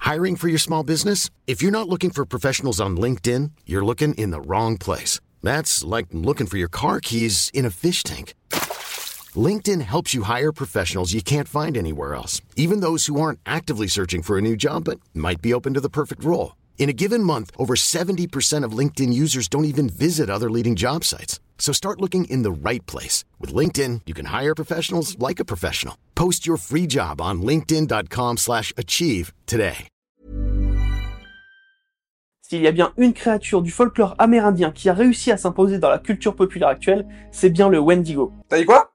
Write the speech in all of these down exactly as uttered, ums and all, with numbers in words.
Hiring for your small business? If you're not looking for professionals on LinkedIn, you're looking in the wrong place. That's like looking for your car keys in a fish tank. LinkedIn helps you hire professionals you can't find anywhere else, even those who aren't actively searching for a new job but might be open to the perfect role. In a given month, over seventy percent of LinkedIn users don't even visit other leading job sites. So start looking in the right place. With LinkedIn, you can hire professionals like a professional. Post your free job on linkedin dot com slash achieve today. S'il y a bien une créature du folklore amérindien qui a réussi à s'imposer dans la culture populaire actuelle, c'est bien le Wendigo. T'as dit quoi?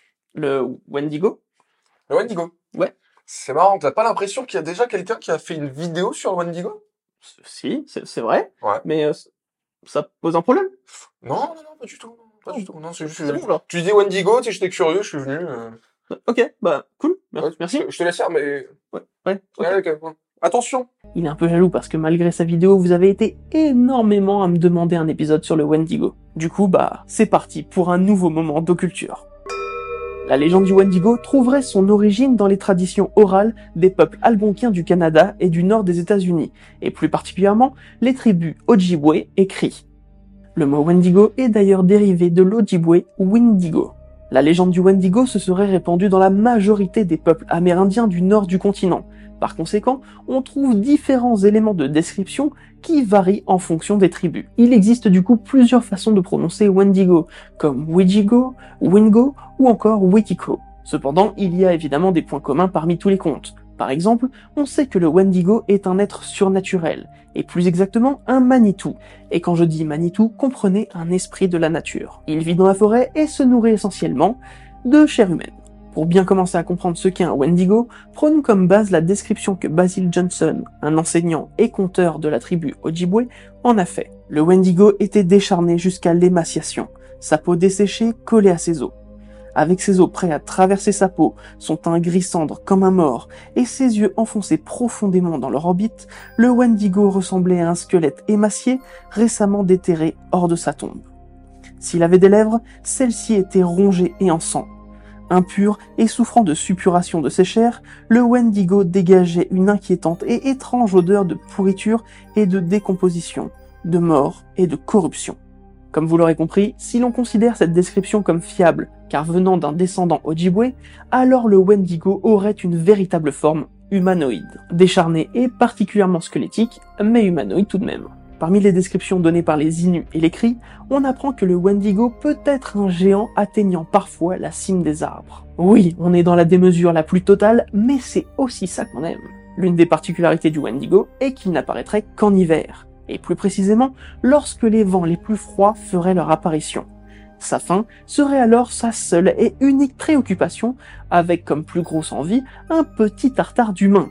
Le Wendigo? Le Wendigo? Ouais. C'est marrant, t'as pas l'impression qu'il y a déjà quelqu'un qui a fait une vidéo sur le Wendigo? Si, c'est, c'est vrai. Ouais. Mais euh, ça pose un problème? Non, non, non, pas du tout. Pas du tout. Non, c'est juste... C'est bon, alors. Tu dis Wendigo, tu sais, j'étais curieux, je suis venu... Euh... Ok, bah, cool. Merci. Ouais, Merci. Je te laisse faire, mais... Ouais, ouais. Okay. Ouais, okay. Attention. Il est un peu jaloux parce que malgré sa vidéo, vous avez été énormément à me demander un épisode sur le Wendigo. Du coup, bah, c'est parti pour un nouveau moment d'occulture. La légende du Wendigo trouverait son origine dans les traditions orales des peuples algonquiens du Canada et du nord des États-Unis, et plus particulièrement les tribus Ojibwe et Cri. Le mot Wendigo est d'ailleurs dérivé de l'Ojibwe Windigo. La légende du Wendigo se serait répandue dans la majorité des peuples amérindiens du nord du continent. Par conséquent, on trouve différents éléments de description qui varient en fonction des tribus. Il existe du coup plusieurs façons de prononcer Wendigo, comme Wijigo, Wingo ou encore Witiko. Cependant, il y a évidemment des points communs parmi tous les contes. Par exemple, on sait que le Wendigo est un être surnaturel, et plus exactement un Manitou. Et quand je dis Manitou, comprenez un esprit de la nature. Il vit dans la forêt et se nourrit essentiellement de chair humaine. Pour bien commencer à comprendre ce qu'est un Wendigo, prenons comme base la description que Basil Johnson, un enseignant et conteur de la tribu Ojibwe, en a fait. Le Wendigo était décharné jusqu'à l'émaciation, sa peau desséchée collée à ses os. Avec ses os prêts à traverser sa peau, son teint gris cendre comme un mort, et ses yeux enfoncés profondément dans leur orbite, le Wendigo ressemblait à un squelette émacié, récemment déterré hors de sa tombe. S'il avait des lèvres, celles-ci étaient rongées et en sang. Impur et souffrant de suppuration de ses chairs, le Wendigo dégageait une inquiétante et étrange odeur de pourriture et de décomposition, de mort et de corruption. Comme vous l'aurez compris, si l'on considère cette description comme fiable, car venant d'un descendant Ojibwe, alors le Wendigo aurait une véritable forme humanoïde, décharné et particulièrement squelettique, mais humanoïde tout de même. Parmi les descriptions données par les Inuits et les Cris, on apprend que le Wendigo peut être un géant atteignant parfois la cime des arbres. Oui, on est dans la démesure la plus totale, mais c'est aussi ça qu'on aime. L'une des particularités du Wendigo est qu'il n'apparaîtrait qu'en hiver, et plus précisément lorsque les vents les plus froids feraient leur apparition. Sa faim serait alors sa seule et unique préoccupation, avec comme plus grosse envie un petit tartare d'humain.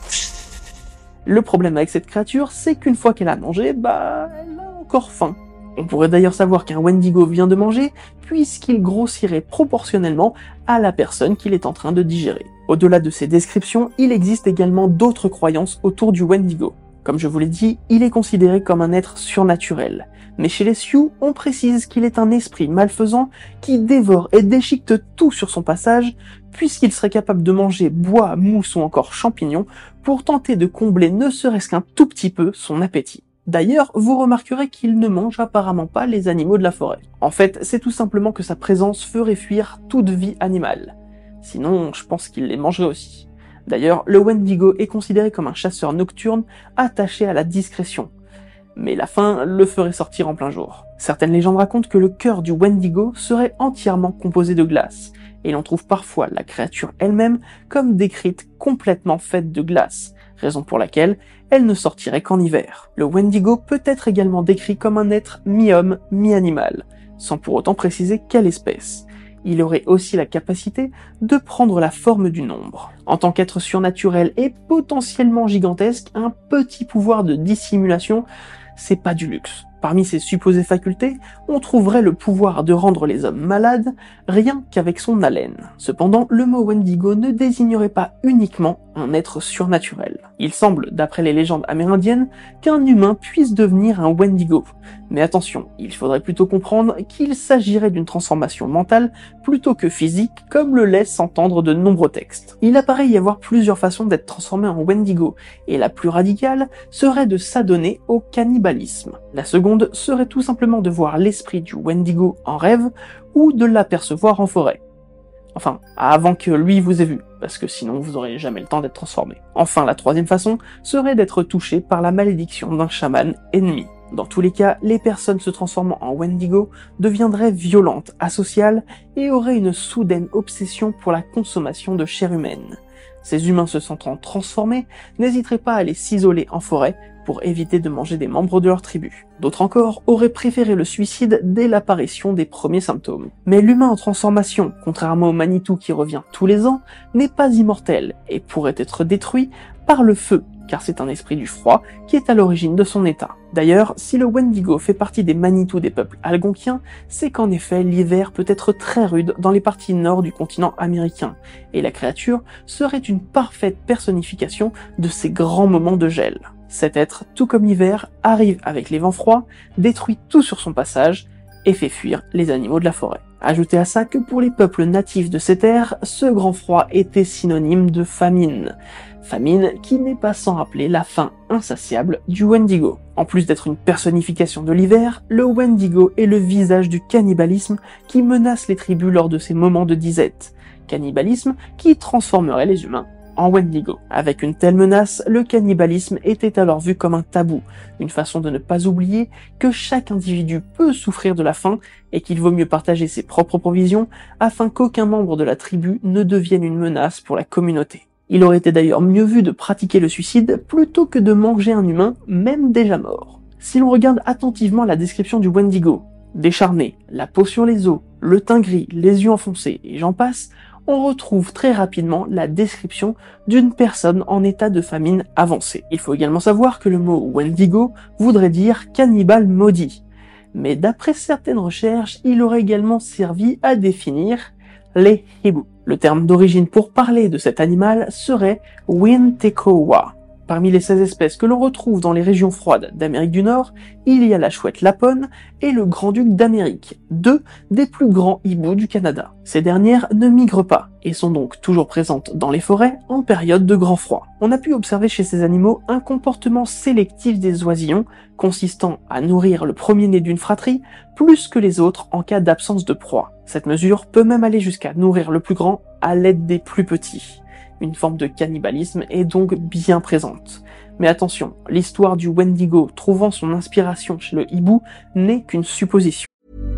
Le problème avec cette créature, c'est qu'une fois qu'elle a mangé, bah, elle a encore faim. On pourrait d'ailleurs savoir qu'un Wendigo vient de manger, puisqu'il grossirait proportionnellement à la personne qu'il est en train de digérer. Au-delà de ces descriptions, il existe également d'autres croyances autour du Wendigo. Comme je vous l'ai dit, il est considéré comme un être surnaturel. Mais chez les Sioux, on précise qu'il est un esprit malfaisant qui dévore et déchiquette tout sur son passage, puisqu'il serait capable de manger bois, mousse ou encore champignons pour tenter de combler ne serait-ce qu'un tout petit peu son appétit. D'ailleurs, vous remarquerez qu'il ne mange apparemment pas les animaux de la forêt. En fait, c'est tout simplement que sa présence ferait fuir toute vie animale. Sinon, je pense qu'il les mangerait aussi. D'ailleurs, le Wendigo est considéré comme un chasseur nocturne attaché à la discrétion. Mais la faim le ferait sortir en plein jour. Certaines légendes racontent que le cœur du Wendigo serait entièrement composé de glace, et l'on trouve parfois la créature elle-même comme décrite complètement faite de glace, raison pour laquelle elle ne sortirait qu'en hiver. Le Wendigo peut être également décrit comme un être mi-homme, mi-animal, sans pour autant préciser quelle espèce. Il aurait aussi la capacité de prendre la forme du nombre. En tant qu'être surnaturel et potentiellement gigantesque, un petit pouvoir de dissimulation, c'est pas du luxe. Parmi ses supposées facultés, on trouverait le pouvoir de rendre les hommes malades, rien qu'avec son haleine. Cependant, le mot Wendigo ne désignerait pas uniquement un être surnaturel. Il semble, d'après les légendes amérindiennes, qu'un humain puisse devenir un Wendigo. Mais attention, il faudrait plutôt comprendre qu'il s'agirait d'une transformation mentale plutôt que physique, comme le laissent entendre de nombreux textes. Il apparaît y avoir plusieurs façons d'être transformé en Wendigo, et la plus radicale serait de s'adonner au cannibalisme. La seconde serait tout simplement de voir l'esprit du Wendigo en rêve, ou de l'apercevoir en forêt. Enfin, avant que lui vous ait vu, parce que sinon vous aurez jamais le temps d'être transformé. Enfin, la troisième façon serait d'être touché par la malédiction d'un chaman ennemi. Dans tous les cas, les personnes se transformant en Wendigo deviendraient violentes, asociales et auraient une soudaine obsession pour la consommation de chair humaine. Ces humains se sentant transformés n'hésiteraient pas à aller s'isoler en forêt pour éviter de manger des membres de leur tribu. D'autres encore auraient préféré le suicide dès l'apparition des premiers symptômes. Mais l'humain en transformation, contrairement au Manitou qui revient tous les ans, n'est pas immortel et pourrait être détruit par le feu, car c'est un esprit du froid qui est à l'origine de son état. D'ailleurs, si le Wendigo fait partie des Manitou des peuples algonquiens, c'est qu'en effet l'hiver peut être très rude dans les parties nord du continent américain, et la créature serait une parfaite personnification de ces grands moments de gel. Cet être, tout comme l'hiver, arrive avec les vents froids, détruit tout sur son passage, et fait fuir les animaux de la forêt. Ajoutez à ça que pour les peuples natifs de ces terres, ce grand froid était synonyme de famine. Famine qui n'est pas sans rappeler la faim insatiable du Wendigo. En plus d'être une personnification de l'hiver, le Wendigo est le visage du cannibalisme qui menace les tribus lors de ces moments de disette. Cannibalisme qui transformerait les humains en Wendigo. Avec une telle menace, le cannibalisme était alors vu comme un tabou, une façon de ne pas oublier que chaque individu peut souffrir de la faim et qu'il vaut mieux partager ses propres provisions afin qu'aucun membre de la tribu ne devienne une menace pour la communauté. Il aurait été d'ailleurs mieux vu de pratiquer le suicide plutôt que de manger un humain, même déjà mort. Si l'on regarde attentivement la description du Wendigo, décharné, la peau sur les os, le teint gris, les yeux enfoncés et j'en passe, on retrouve très rapidement la description d'une personne en état de famine avancée. Il faut également savoir que le mot Wendigo voudrait dire cannibale maudit. Mais d'après certaines recherches, il aurait également servi à définir les hibou. Le terme d'origine pour parler de cet animal serait Wintekowa. Parmi les seize espèces que l'on retrouve dans les régions froides d'Amérique du Nord, il y a la chouette lapone et le grand-duc d'Amérique, deux des plus grands hiboux du Canada. Ces dernières ne migrent pas et sont donc toujours présentes dans les forêts en période de grand froid. On a pu observer chez ces animaux un comportement sélectif des oisillons, consistant à nourrir le premier-né d'une fratrie plus que les autres en cas d'absence de proie. Cette mesure peut même aller jusqu'à nourrir le plus grand à l'aide des plus petits. Une forme de cannibalisme est donc bien présente. Mais attention, l'histoire du Wendigo trouvant son inspiration chez le hibou n'est qu'une supposition.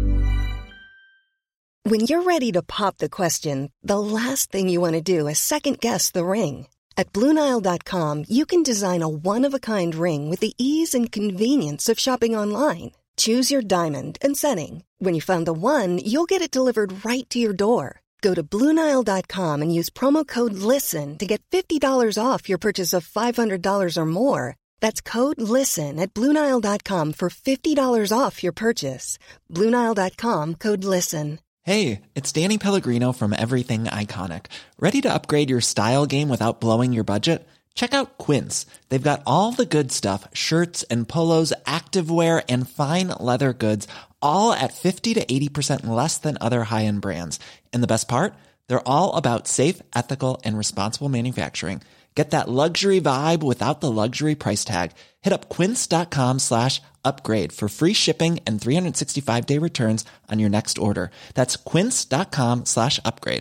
When you're ready to pop the question, the last thing you want to do is second-guess the ring. At Blue Nile dot com, you can design a one-of-a-kind ring with the ease and convenience of shopping online. Choose your diamond and setting. When you find the one, you'll get it delivered right to your door. Go to Blue Nile dot com and use promo code LISTEN to get fifty dollars off your purchase of five hundred dollars or more. That's code LISTEN at Blue Nile dot com for fifty dollars off your purchase. Blue Nile dot com, code LISTEN. Hey, it's Danny Pellegrino from Everything Iconic. Ready to upgrade your style game without blowing your budget? Check out Quince. They've got all the good stuff, shirts and polos, activewear, and fine leather goods, all at fifty to eighty percent less than other high-end brands. And the best part? They're all about safe, ethical, and responsible manufacturing. Get that luxury vibe without the luxury price tag. Hit up quince.com slash upgrade for free shipping and three sixty-five day returns on your next order. That's quince.com slash upgrade.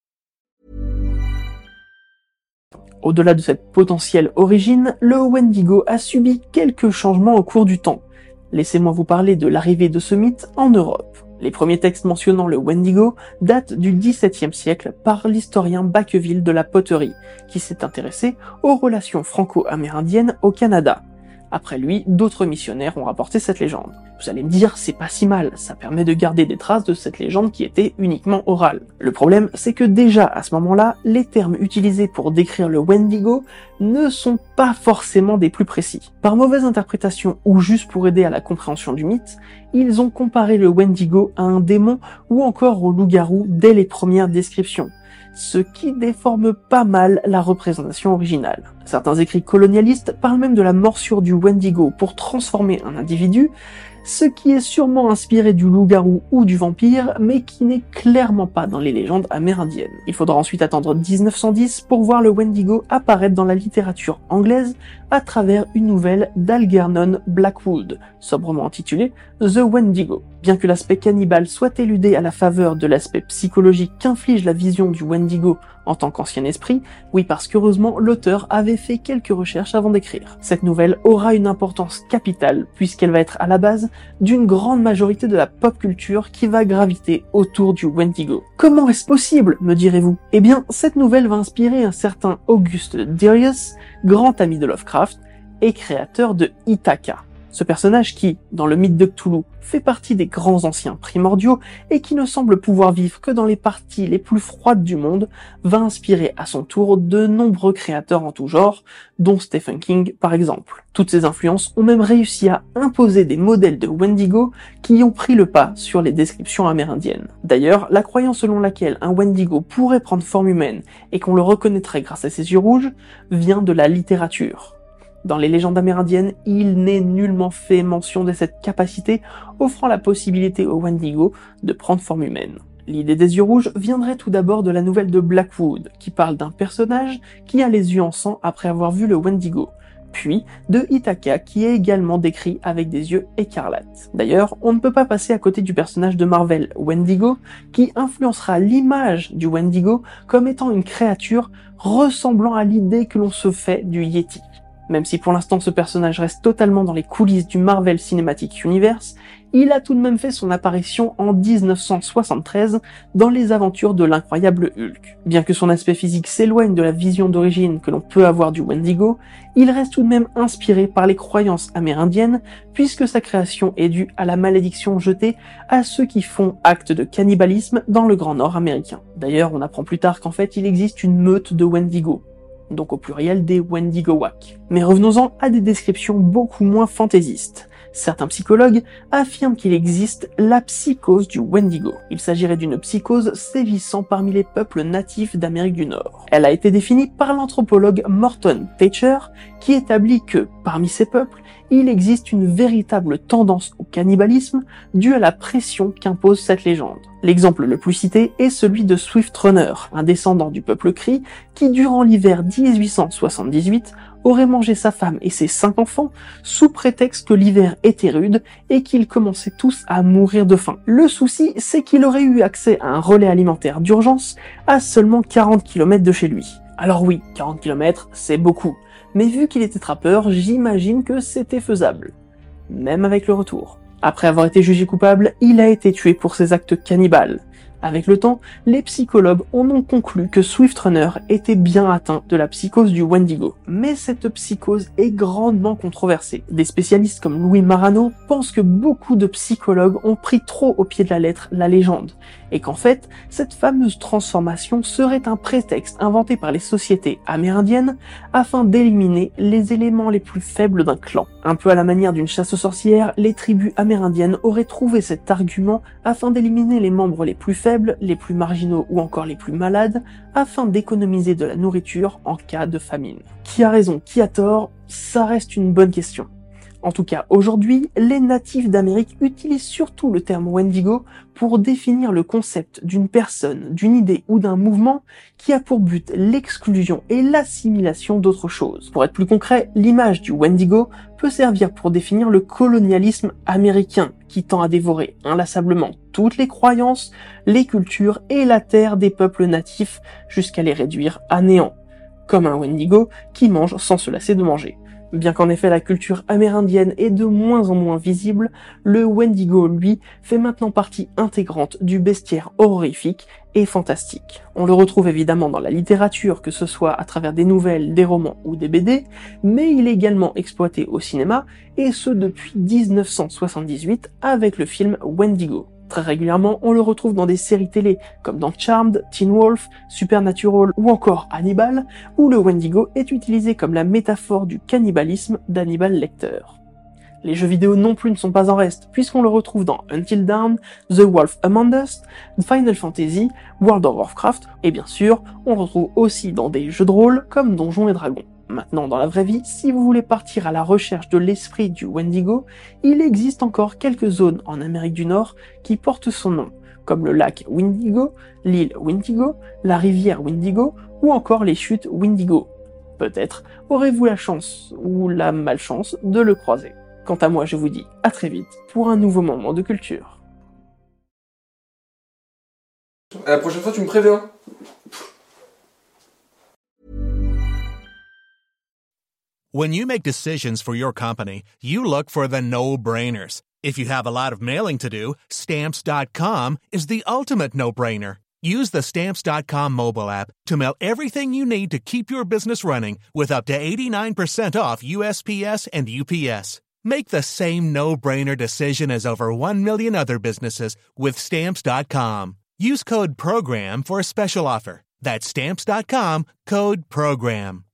Au-delà de cette potentielle origine, le Wendigo a subi quelques changements au cours du temps. Laissez-moi vous parler de l'arrivée de ce mythe en Europe. Les premiers textes mentionnant le Wendigo datent du dix-septième siècle par l'historien Bacqueville de la poterie, qui s'est intéressé aux relations franco-amérindiennes au Canada. Après lui, d'autres missionnaires ont rapporté cette légende. Vous allez me dire, c'est pas si mal, ça permet de garder des traces de cette légende qui était uniquement orale. Le problème, c'est que déjà à ce moment-là, les termes utilisés pour décrire le Wendigo ne sont pas forcément des plus précis. Par mauvaise interprétation ou juste pour aider à la compréhension du mythe, ils ont comparé le Wendigo à un démon ou encore au loup-garou dès les premières descriptions, ce qui déforme pas mal la représentation originale. Certains écrits colonialistes parlent même de la morsure du Wendigo pour transformer un individu, ce qui est sûrement inspiré du loup-garou ou du vampire, mais qui n'est clairement pas dans les légendes amérindiennes. Il faudra ensuite attendre dix-neuf cent dix pour voir le Wendigo apparaître dans la littérature anglaise à travers une nouvelle d'Algernon Blackwood, sobrement intitulée The Wendigo. Bien que l'aspect cannibale soit éludé à la faveur de l'aspect psychologique qu'inflige la vision du Wendigo en tant qu'ancien esprit, oui parce qu'heureusement l'auteur avait fait quelques recherches avant d'écrire. Cette nouvelle aura une importance capitale puisqu'elle va être à la base d'une grande majorité de la pop culture qui va graviter autour du Wendigo. Comment est-ce possible, me direz-vous? Eh bien, cette nouvelle va inspirer un certain August Darius, grand ami de Lovecraft et créateur de Ithaca. Ce personnage qui, dans le mythe de Cthulhu, fait partie des grands anciens primordiaux et qui ne semble pouvoir vivre que dans les parties les plus froides du monde, va inspirer à son tour de nombreux créateurs en tout genre, dont Stephen King par exemple. Toutes ces influences ont même réussi à imposer des modèles de Wendigo qui ont pris le pas sur les descriptions amérindiennes. D'ailleurs, la croyance selon laquelle un Wendigo pourrait prendre forme humaine et qu'on le reconnaîtrait grâce à ses yeux rouges vient de la littérature. Dans les légendes amérindiennes, il n'est nullement fait mention de cette capacité offrant la possibilité au Wendigo de prendre forme humaine. L'idée des yeux rouges viendrait tout d'abord de la nouvelle de Blackwood, qui parle d'un personnage qui a les yeux en sang après avoir vu le Wendigo, puis de Ithaca qui est également décrit avec des yeux écarlates. D'ailleurs, on ne peut pas passer à côté du personnage de Marvel, Wendigo, qui influencera l'image du Wendigo comme étant une créature ressemblant à l'idée que l'on se fait du Yeti. Même si pour l'instant ce personnage reste totalement dans les coulisses du Marvel Cinematic Universe, il a tout de même fait son apparition en dix-neuf cent soixante-treize dans les aventures de l'incroyable Hulk. Bien que son aspect physique s'éloigne de la vision d'origine que l'on peut avoir du Wendigo, il reste tout de même inspiré par les croyances amérindiennes puisque sa création est due à la malédiction jetée à ceux qui font acte de cannibalisme dans le Grand Nord américain. D'ailleurs, on apprend plus tard qu'en fait il existe une meute de Wendigo, donc au pluriel des Wendigowak. Mais revenons-en à des descriptions beaucoup moins fantaisistes. Certains psychologues affirment qu'il existe la psychose du Wendigo. Il s'agirait d'une psychose sévissant parmi les peuples natifs d'Amérique du Nord. Elle a été définie par l'anthropologue Morton Thatcher, qui établit que, parmi ces peuples, il existe une véritable tendance au cannibalisme due à la pression qu'impose cette légende. L'exemple le plus cité est celui de Swift Runner, un descendant du peuple Cree, qui durant l'hiver dix-huit cent soixante-dix-huit aurait mangé sa femme et ses cinq enfants sous prétexte que l'hiver était rude et qu'ils commençaient tous à mourir de faim. Le souci, c'est qu'il aurait eu accès à un relais alimentaire d'urgence à seulement quarante kilomètres de chez lui. Alors oui, quarante kilomètres, c'est beaucoup. Mais vu qu'il était trappeur, j'imagine que c'était faisable. Même avec le retour. Après avoir été jugé coupable, il a été tué pour ses actes cannibales. Avec le temps, les psychologues ont donc conclu que Swift Runner était bien atteint de la psychose du Wendigo. Mais cette psychose est grandement controversée. Des spécialistes comme Louis Marano pensent que beaucoup de psychologues ont pris trop au pied de la lettre la légende, et qu'en fait, cette fameuse transformation serait un prétexte inventé par les sociétés amérindiennes afin d'éliminer les éléments les plus faibles d'un clan. Un peu à la manière d'une chasse aux sorcières, les tribus amérindiennes auraient trouvé cet argument afin d'éliminer les membres les plus faibles, les plus marginaux ou encore les plus malades, afin d'économiser de la nourriture en cas de famine. Qui a raison, qui a tort, ça reste une bonne question. En tout cas, aujourd'hui, les natifs d'Amérique utilisent surtout le terme Wendigo pour définir le concept d'une personne, d'une idée ou d'un mouvement qui a pour but l'exclusion et l'assimilation d'autres choses. Pour être plus concret, l'image du Wendigo peut servir pour définir le colonialisme américain qui tend à dévorer inlassablement toutes les croyances, les cultures et la terre des peuples natifs jusqu'à les réduire à néant, comme un Wendigo qui mange sans se lasser de manger. Bien qu'en effet la culture amérindienne est de moins en moins visible, le Wendigo, lui, fait maintenant partie intégrante du bestiaire horrifique et fantastique. On le retrouve évidemment dans la littérature, que ce soit à travers des nouvelles, des romans ou des B D, mais il est également exploité au cinéma, et ce depuis dix-neuf cent soixante-dix-huit avec le film Wendigo. Très régulièrement, on le retrouve dans des séries télé comme dans Charmed, Teen Wolf, Supernatural ou encore Hannibal, où le Wendigo est utilisé comme la métaphore du cannibalisme d'Hannibal Lecter. Les jeux vidéo non plus ne sont pas en reste, puisqu'on le retrouve dans Until Dawn, The Wolf Among Us, Final Fantasy, World of Warcraft, et bien sûr, on le retrouve aussi dans des jeux de rôle comme Donjons et Dragons. Maintenant, dans la vraie vie, si vous voulez partir à la recherche de l'esprit du Wendigo, il existe encore quelques zones en Amérique du Nord qui portent son nom, comme le lac Windigo, l'île Windigo, la rivière Windigo ou encore les chutes Windigo. Peut-être aurez-vous la chance ou la malchance de le croiser. Quant à moi, je vous dis à très vite pour un nouveau moment de culture. La prochaine fois, tu me préviens. When you make decisions for your company, you look for the no-brainers. If you have a lot of mailing to do, Stamps dot com is the ultimate no-brainer. Use the Stamps dot com mobile app to mail everything you need to keep your business running with up to eighty-nine percent off U S P S and U P S. Make the same no-brainer decision as over one million other businesses with Stamps dot com. Use code PROGRAM for a special offer. That's Stamps dot com, code PROGRAM.